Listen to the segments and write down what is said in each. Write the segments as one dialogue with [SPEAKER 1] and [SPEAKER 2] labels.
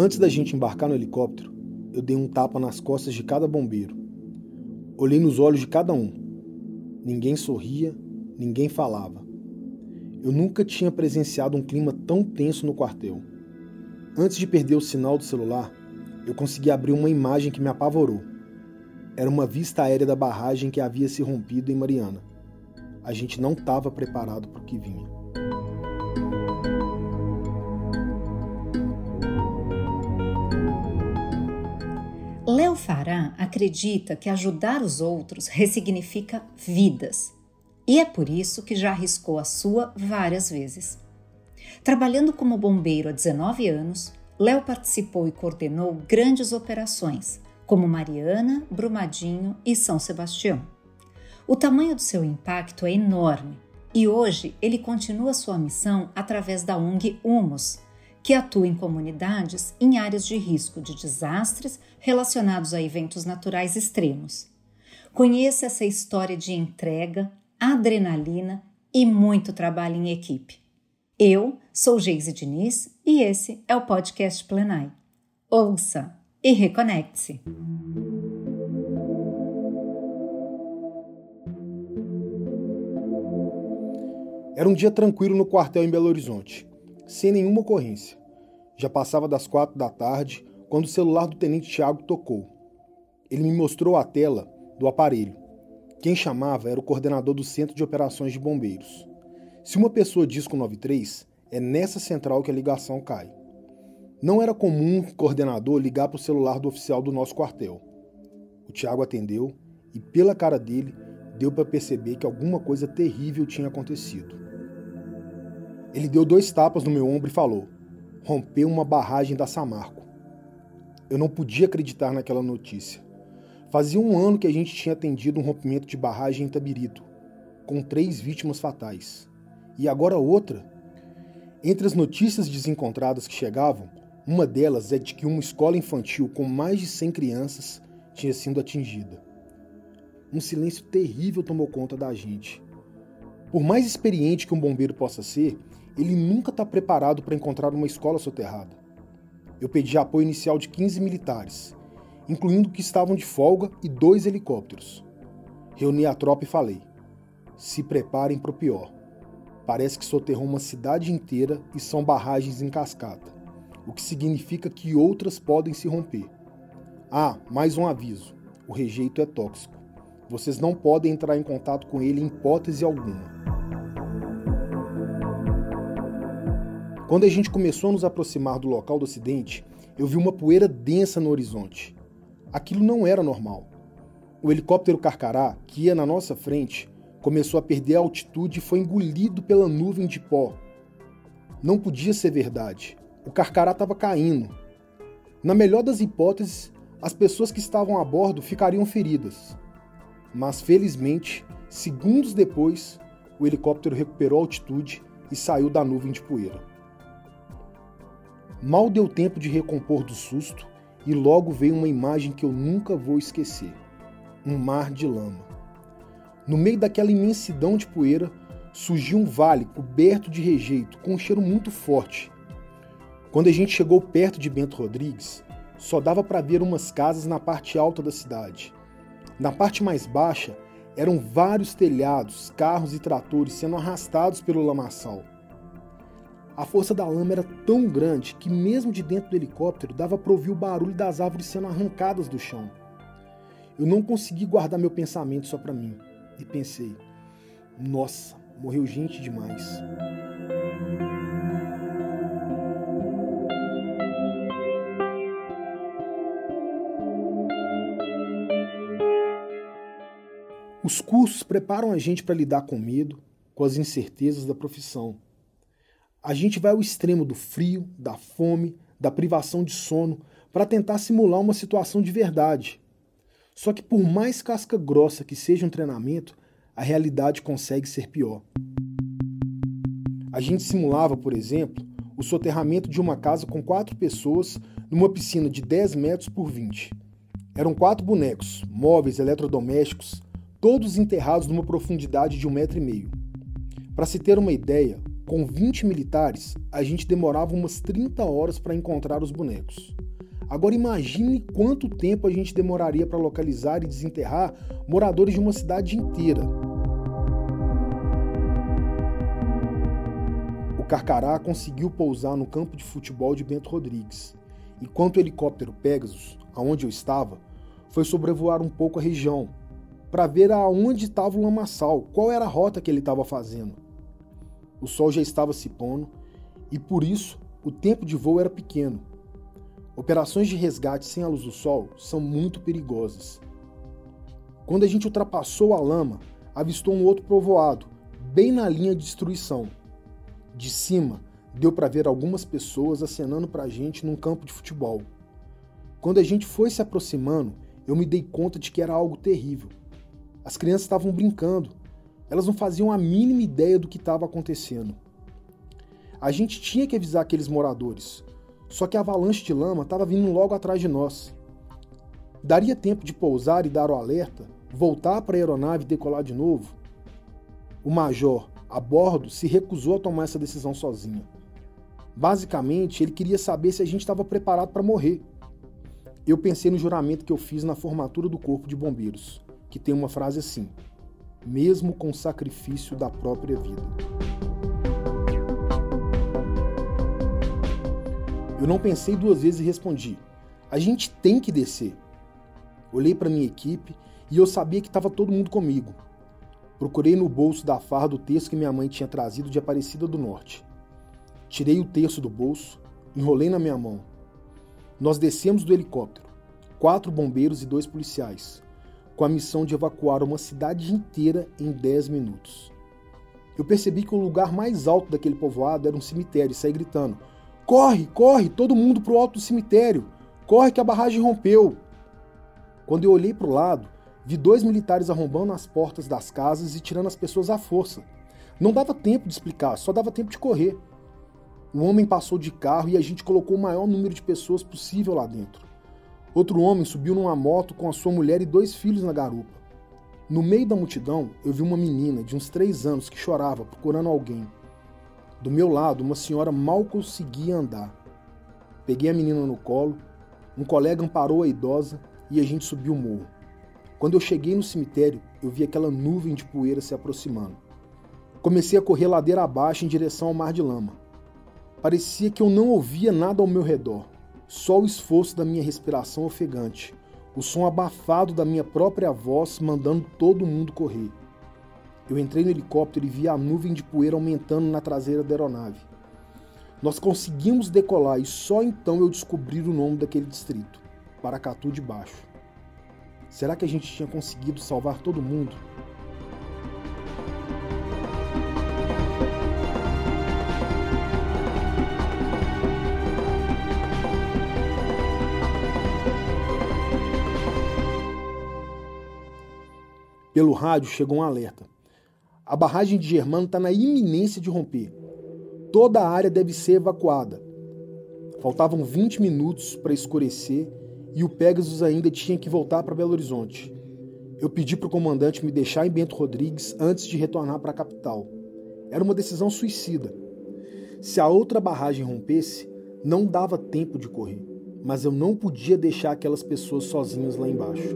[SPEAKER 1] Antes da gente embarcar no helicóptero, eu dei um tapa nas costas de cada bombeiro. Olhei nos olhos de cada um. Ninguém sorria, ninguém falava. Eu nunca tinha presenciado um clima tão tenso no quartel. Antes de perder o sinal do celular, eu consegui abrir uma imagem que me apavorou. Era uma vista aérea da barragem que havia se rompido em Mariana. A gente não estava preparado para o que vinha.
[SPEAKER 2] Léo Fará acredita que ajudar os outros ressignifica vidas. E é por isso que já arriscou a sua várias vezes. Trabalhando como bombeiro há 19 anos, Léo participou e coordenou grandes operações, como Mariana, Brumadinho e São Sebastião. O tamanho do seu impacto é enorme e hoje ele continua sua missão através da ONG Humus, que atua em comunidades em áreas de risco de desastres relacionados a eventos naturais extremos. Conheça essa história de entrega, adrenalina e muito trabalho em equipe. Eu sou Geise Diniz e esse é o podcast Plenai. Ouça e reconecte-se.
[SPEAKER 1] Era um dia tranquilo no quartel em Belo Horizonte, sem nenhuma ocorrência. Já passava das 4 da tarde quando o celular do tenente Tiago tocou. Ele me mostrou a tela do aparelho. Quem chamava era o coordenador do Centro de Operações de Bombeiros. Se uma pessoa diz com 93, é nessa central que a ligação cai. Não era comum o coordenador ligar para o celular do oficial do nosso quartel. O Tiago atendeu e, pela cara dele, deu para perceber que alguma coisa terrível tinha acontecido. Ele deu 2 tapas no meu ombro e falou: rompeu uma barragem da Samarco. Eu não podia acreditar naquela notícia. Fazia 1 ano que a gente tinha atendido um rompimento de barragem em Itabirito, com 3 vítimas fatais. E agora outra. Entre as notícias desencontradas que chegavam, uma delas é de que uma escola infantil com mais de 100 crianças tinha sido atingida. Um silêncio terrível tomou conta da gente. Por mais experiente que um bombeiro possa ser, ele nunca está preparado para encontrar uma escola soterrada. Eu pedi apoio inicial de 15 militares, incluindo que estavam de folga e 2 helicópteros. Reuni a tropa e falei: se preparem para o pior. Parece que soterrou uma cidade inteira e são barragens em cascata, o que significa que outras podem se romper. Ah, mais um aviso: o rejeito é tóxico. Vocês não podem entrar em contato com ele em hipótese alguma. Quando a gente começou a nos aproximar do local do acidente, eu vi uma poeira densa no horizonte. Aquilo não era normal. O helicóptero Carcará, que ia na nossa frente, começou a perder a altitude e foi engolido pela nuvem de pó. Não podia ser verdade. O Carcará estava caindo. Na melhor das hipóteses, as pessoas que estavam a bordo ficariam feridas. Mas, felizmente, segundos depois, o helicóptero recuperou a altitude e saiu da nuvem de poeira. Mal deu tempo de recompor do susto e logo veio uma imagem que eu nunca vou esquecer. Um mar de lama. No meio daquela imensidão de poeira, surgiu um vale coberto de rejeito, com um cheiro muito forte. Quando a gente chegou perto de Bento Rodrigues, só dava para ver umas casas na parte alta da cidade. Na parte mais baixa, eram vários telhados, carros e tratores sendo arrastados pelo lamaçal. A força da lama era tão grande que mesmo de dentro do helicóptero dava para ouvir o barulho das árvores sendo arrancadas do chão. Eu não consegui guardar meu pensamento só para mim e pensei: nossa, morreu gente demais. Os cursos preparam a gente para lidar com medo, com as incertezas da profissão. A gente vai ao extremo do frio, da fome, da privação de sono para tentar simular uma situação de verdade. Só que por mais casca grossa que seja um treinamento, a realidade consegue ser pior. A gente simulava, por exemplo, o soterramento de uma casa com 4 pessoas numa piscina de 10 metros por 20. Eram 4 bonecos, móveis, eletrodomésticos, todos enterrados numa profundidade de 1,5 metro. Para se ter uma ideia, Com 20 militares, a gente demorava umas 30 horas para encontrar os bonecos. Agora imagine quanto tempo a gente demoraria para localizar e desenterrar moradores de uma cidade inteira. O Carcará conseguiu pousar no campo de futebol de Bento Rodrigues, enquanto o helicóptero Pegasus, aonde eu estava, foi sobrevoar um pouco a região, para ver aonde estava o lamaçal, qual era a rota que ele estava fazendo. O sol já estava se pondo e, por isso, o tempo de voo era pequeno. Operações de resgate sem a luz do sol são muito perigosas. Quando a gente ultrapassou a lama, avistou um outro povoado, bem na linha de destruição. De cima, deu para ver algumas pessoas acenando para a gente num campo de futebol. Quando a gente foi se aproximando, eu me dei conta de que era algo terrível. As crianças estavam brincando. Elas não faziam a mínima ideia do que estava acontecendo. A gente tinha que avisar aqueles moradores, só que a avalanche de lama estava vindo logo atrás de nós. Daria tempo de pousar e dar o alerta, voltar para a aeronave e decolar de novo? O major, a bordo, se recusou a tomar essa decisão sozinho. Basicamente, ele queria saber se a gente estava preparado para morrer. Eu pensei no juramento que eu fiz na formatura do Corpo de Bombeiros, que tem uma frase assim: mesmo com o sacrifício da própria vida. Eu não pensei duas vezes e respondi: a gente tem que descer. Olhei para minha equipe e eu sabia que estava todo mundo comigo. Procurei no bolso da farda o terço que minha mãe tinha trazido de Aparecida do Norte. Tirei o terço do bolso, enrolei na minha mão. Nós descemos do helicóptero, 4 bombeiros e 2 policiais, com a missão de evacuar uma cidade inteira em 10 minutos. Eu percebi que o lugar mais alto daquele povoado era um cemitério e saí gritando: corre, corre, todo mundo pro alto do cemitério, corre que a barragem rompeu. Quando eu olhei pro lado, vi 2 militares arrombando as portas das casas e tirando as pessoas à força. Não dava tempo de explicar, só dava tempo de correr. Um homem passou de carro e a gente colocou o maior número de pessoas possível lá dentro. Outro homem subiu numa moto com a sua mulher e 2 filhos na garupa. No meio da multidão, eu vi uma menina de uns 3 anos que chorava procurando alguém. Do meu lado, uma senhora mal conseguia andar. Peguei a menina no colo, um colega amparou a idosa e a gente subiu o morro. Quando eu cheguei no cemitério, eu vi aquela nuvem de poeira se aproximando. Comecei a correr ladeira abaixo em direção ao mar de lama. Parecia que eu não ouvia nada ao meu redor, só o esforço da minha respiração ofegante, o som abafado da minha própria voz mandando todo mundo correr. Eu entrei no helicóptero e vi a nuvem de poeira aumentando na traseira da aeronave. Nós conseguimos decolar e só então eu descobri o nome daquele distrito, Paracatu de Baixo. Será que a gente tinha conseguido salvar todo mundo? Pelo rádio chegou um alerta. A barragem de Germano está na iminência de romper. Toda a área deve ser evacuada. Faltavam 20 minutos para escurecer e o Pegasus ainda tinha que voltar para Belo Horizonte. Eu pedi para o comandante me deixar em Bento Rodrigues antes de retornar para a capital. Era uma decisão suicida. Se a outra barragem rompesse, não dava tempo de correr, mas eu não podia deixar aquelas pessoas sozinhas lá embaixo.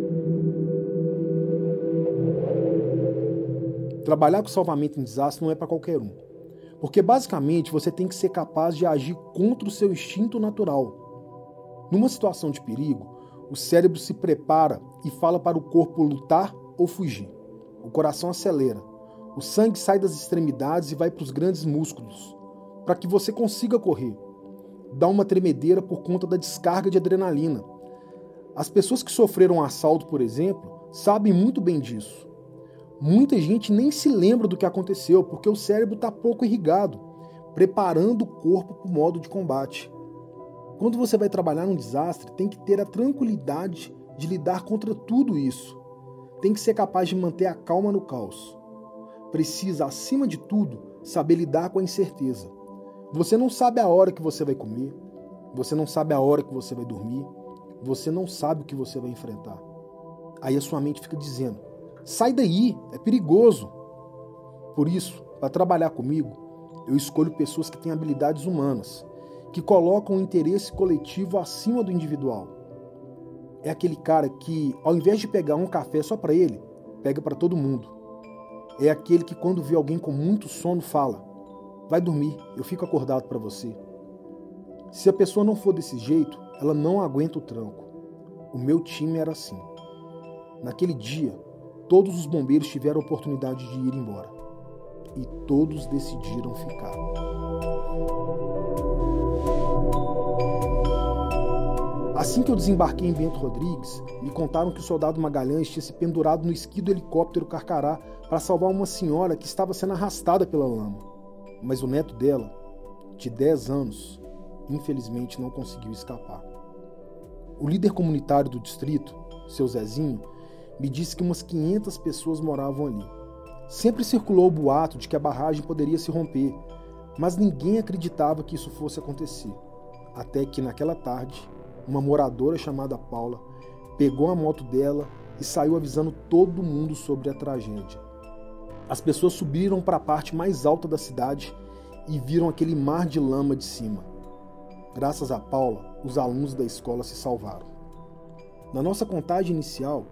[SPEAKER 1] Trabalhar com salvamento em desastre não é para qualquer um, porque basicamente você tem que ser capaz de agir contra o seu instinto natural. Numa situação de perigo, o cérebro se prepara e fala para o corpo lutar ou fugir. O coração acelera, o sangue sai das extremidades e vai para os grandes músculos, para que você consiga correr. Dá uma tremedeira por conta da descarga de adrenalina. As pessoas que sofreram um assalto, por exemplo, sabem muito bem disso. Muita gente nem se lembra do que aconteceu, porque o cérebro está pouco irrigado, preparando o corpo para o modo de combate. Quando você vai trabalhar num desastre, tem que ter a tranquilidade de lidar contra tudo isso. Tem que ser capaz de manter a calma no caos. Precisa, acima de tudo, saber lidar com a incerteza. Você não sabe a hora que você vai comer, você não sabe a hora que você vai dormir, você não sabe o que você vai enfrentar. Aí a sua mente fica dizendo: sai daí, é perigoso. Por isso, para trabalhar comigo, Eu escolho pessoas que têm habilidades humanas, que colocam o interesse coletivo acima do individual. É aquele cara que, ao invés de pegar um café só para ele, pega para todo mundo. É aquele que, quando vê alguém com muito sono, fala: vai dormir, eu fico acordado para você. Se a pessoa não for desse jeito, ela não aguenta o tranco. O meu time era assim. Naquele dia, todos os bombeiros tiveram a oportunidade de ir embora. E todos decidiram ficar. Assim que eu desembarquei em Bento Rodrigues, me contaram que o soldado Magalhães tinha se pendurado no esqui do helicóptero Carcará para salvar uma senhora que estava sendo arrastada pela lama. Mas o neto dela, de 10 anos, infelizmente não conseguiu escapar. O líder comunitário do distrito, seu Zezinho, me disse que umas 500 pessoas moravam ali. Sempre circulou o boato de que a barragem poderia se romper, mas ninguém acreditava que isso fosse acontecer. Até que, naquela tarde, uma moradora chamada Paula pegou a moto dela e saiu avisando todo mundo sobre a tragédia. As pessoas subiram para a parte mais alta da cidade e viram aquele mar de lama de cima. Graças a Paula, os alunos da escola se salvaram. Na nossa contagem inicial,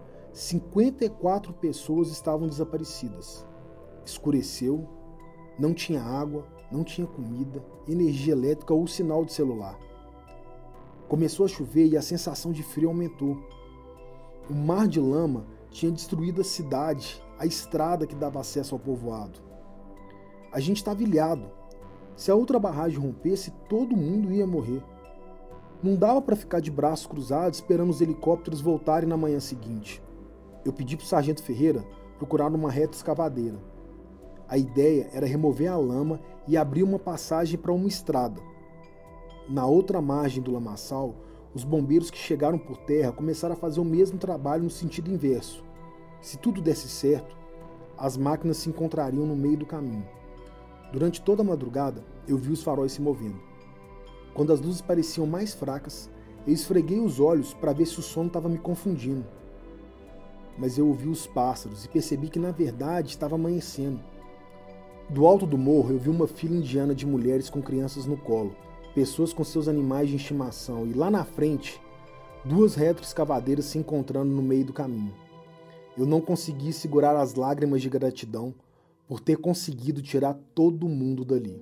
[SPEAKER 1] 54 pessoas estavam desaparecidas. Escureceu, não tinha água, não tinha comida, energia elétrica ou sinal de celular. Começou a chover e a sensação de frio aumentou. O mar de lama tinha destruído a cidade, a estrada que dava acesso ao povoado. A gente estava ilhado. Se a outra barragem rompesse, todo mundo ia morrer. Não dava para ficar de braços cruzados esperando os helicópteros voltarem na manhã seguinte. Eu pedi para o sargento Ferreira procurar uma reta escavadeira. A ideia era remover a lama e abrir uma passagem para uma estrada. Na outra margem do lamaçal, os bombeiros que chegaram por terra começaram a fazer o mesmo trabalho no sentido inverso. Se tudo desse certo, as máquinas se encontrariam no meio do caminho. Durante toda a madrugada, eu vi os faróis se movendo. Quando as luzes pareciam mais fracas, eu esfreguei os olhos para ver se o sono estava me confundindo. Mas eu ouvi os pássaros e percebi que, na verdade, estava amanhecendo. Do alto do morro, eu vi uma fila indiana de mulheres com crianças no colo, pessoas com seus animais de estimação e, lá na frente, 2 retroescavadeiras se encontrando no meio do caminho. Eu não consegui segurar as lágrimas de gratidão por ter conseguido tirar todo mundo dali.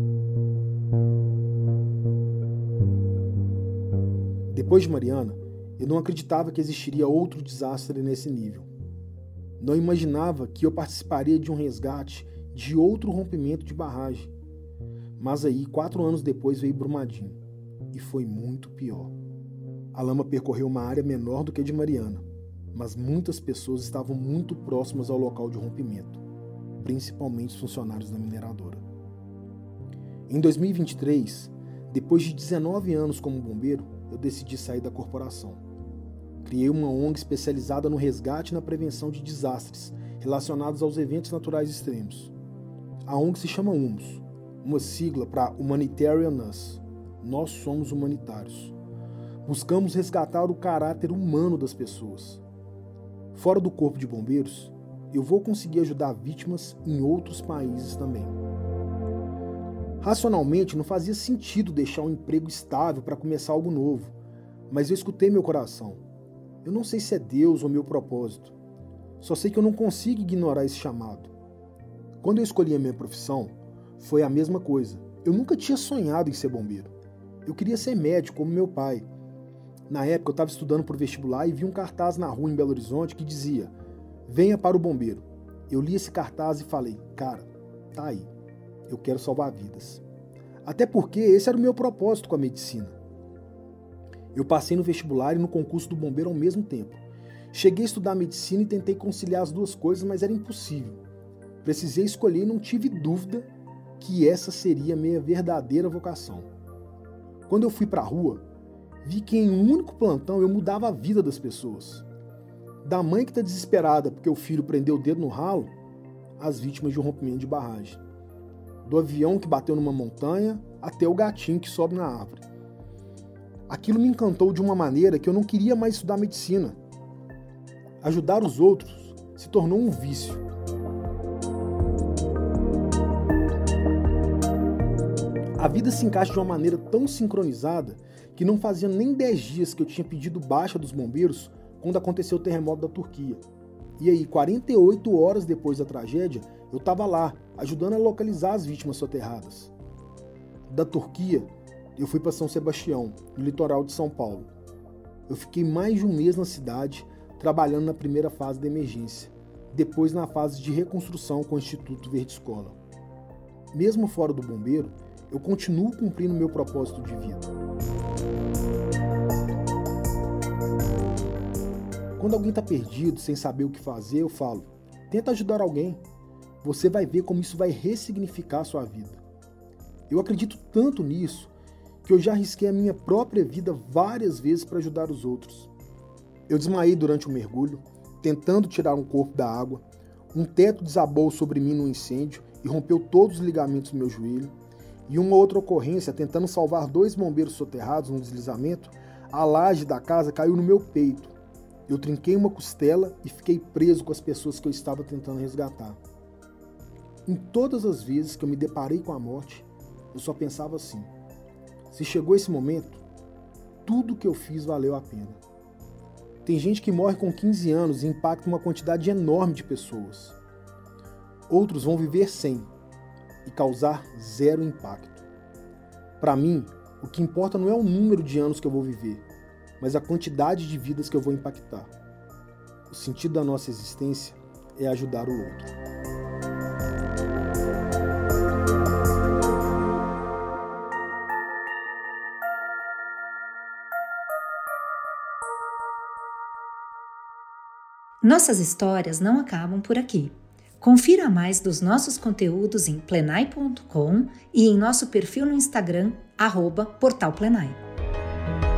[SPEAKER 1] Depois de Mariana, eu não acreditava que existiria outro desastre nesse nível. Não imaginava que eu participaria de um resgate de outro rompimento de barragem. Mas aí, 4 anos depois, veio Brumadinho. E foi muito pior. A lama percorreu uma área menor do que a de Mariana, mas muitas pessoas estavam muito próximas ao local de rompimento, principalmente os funcionários da mineradora. Em 2023, depois de 19 anos como bombeiro, eu decidi sair da corporação. Criei uma ONG especializada no resgate e na prevenção de desastres relacionados aos eventos naturais extremos. A ONG se chama HUMUS, uma sigla para Humanitarian Us. Nós somos humanitários. Buscamos resgatar o caráter humano das pessoas. Fora do corpo de bombeiros, eu vou conseguir ajudar vítimas em outros países também. Racionalmente, não fazia sentido deixar um emprego estável para começar algo novo, mas eu escutei meu coração. Eu não sei se é Deus ou meu propósito. Só sei que eu não consigo ignorar esse chamado. Quando eu escolhi a minha profissão, foi a mesma coisa. Eu nunca tinha sonhado em ser bombeiro. Eu queria ser médico, como meu pai. Na época, eu estava estudando para o vestibular e vi um cartaz na rua em Belo Horizonte que dizia: venha para o bombeiro. Eu li esse cartaz e falei: cara, tá aí. Eu quero salvar vidas. Até porque esse era o meu propósito com a medicina. Eu passei no vestibular e no concurso do bombeiro ao mesmo tempo. Cheguei a estudar medicina e tentei conciliar as duas coisas, mas era impossível. Precisei escolher e não tive dúvida que essa seria a minha verdadeira vocação. Quando eu fui para a rua, vi que em um único plantão eu mudava a vida das pessoas. Da mãe que está desesperada porque o filho prendeu o dedo no ralo, às vítimas de um rompimento de barragem. Do avião que bateu numa montanha até o gatinho que sobe na árvore. Aquilo me encantou de uma maneira que eu não queria mais estudar medicina. Ajudar os outros se tornou um vício. A vida se encaixa de uma maneira tão sincronizada que não fazia nem 10 dias que eu tinha pedido baixa dos bombeiros quando aconteceu o terremoto da Turquia. E aí, 48 horas depois da tragédia, eu estava lá, ajudando a localizar as vítimas soterradas. Da Turquia, eu fui para São Sebastião, no litoral de São Paulo. Eu fiquei mais de um mês na cidade, trabalhando na primeira fase da emergência, depois na fase de reconstrução com o Instituto Verde Escola. Mesmo fora do bombeiro, eu continuo cumprindo meu propósito de vida. Quando alguém está perdido, sem saber o que fazer, eu falo, tenta ajudar alguém. Você vai ver como isso vai ressignificar a sua vida. Eu acredito tanto nisso que eu já arrisquei a minha própria vida várias vezes para ajudar os outros. Eu desmaiei durante um mergulho, tentando tirar um corpo da água. Um teto desabou sobre mim num incêndio e rompeu todos os ligamentos do meu joelho. E uma outra ocorrência, tentando salvar 2 bombeiros soterrados num deslizamento, a laje da casa caiu no meu peito. Eu trinquei uma costela e fiquei preso com as pessoas que eu estava tentando resgatar. Em todas as vezes que eu me deparei com a morte, eu só pensava assim: se chegou esse momento, tudo que eu fiz valeu a pena. Tem gente que morre com 15 anos e impacta uma quantidade enorme de pessoas. Outros vão viver 100 e causar 0 impacto. Para mim, o que importa não é o número de anos que eu vou viver, mas a quantidade de vidas que eu vou impactar. O sentido da nossa existência é ajudar o outro.
[SPEAKER 2] Nossas histórias não acabam por aqui. Confira mais dos nossos conteúdos em plenai.com e em nosso perfil no Instagram, @portalplenai.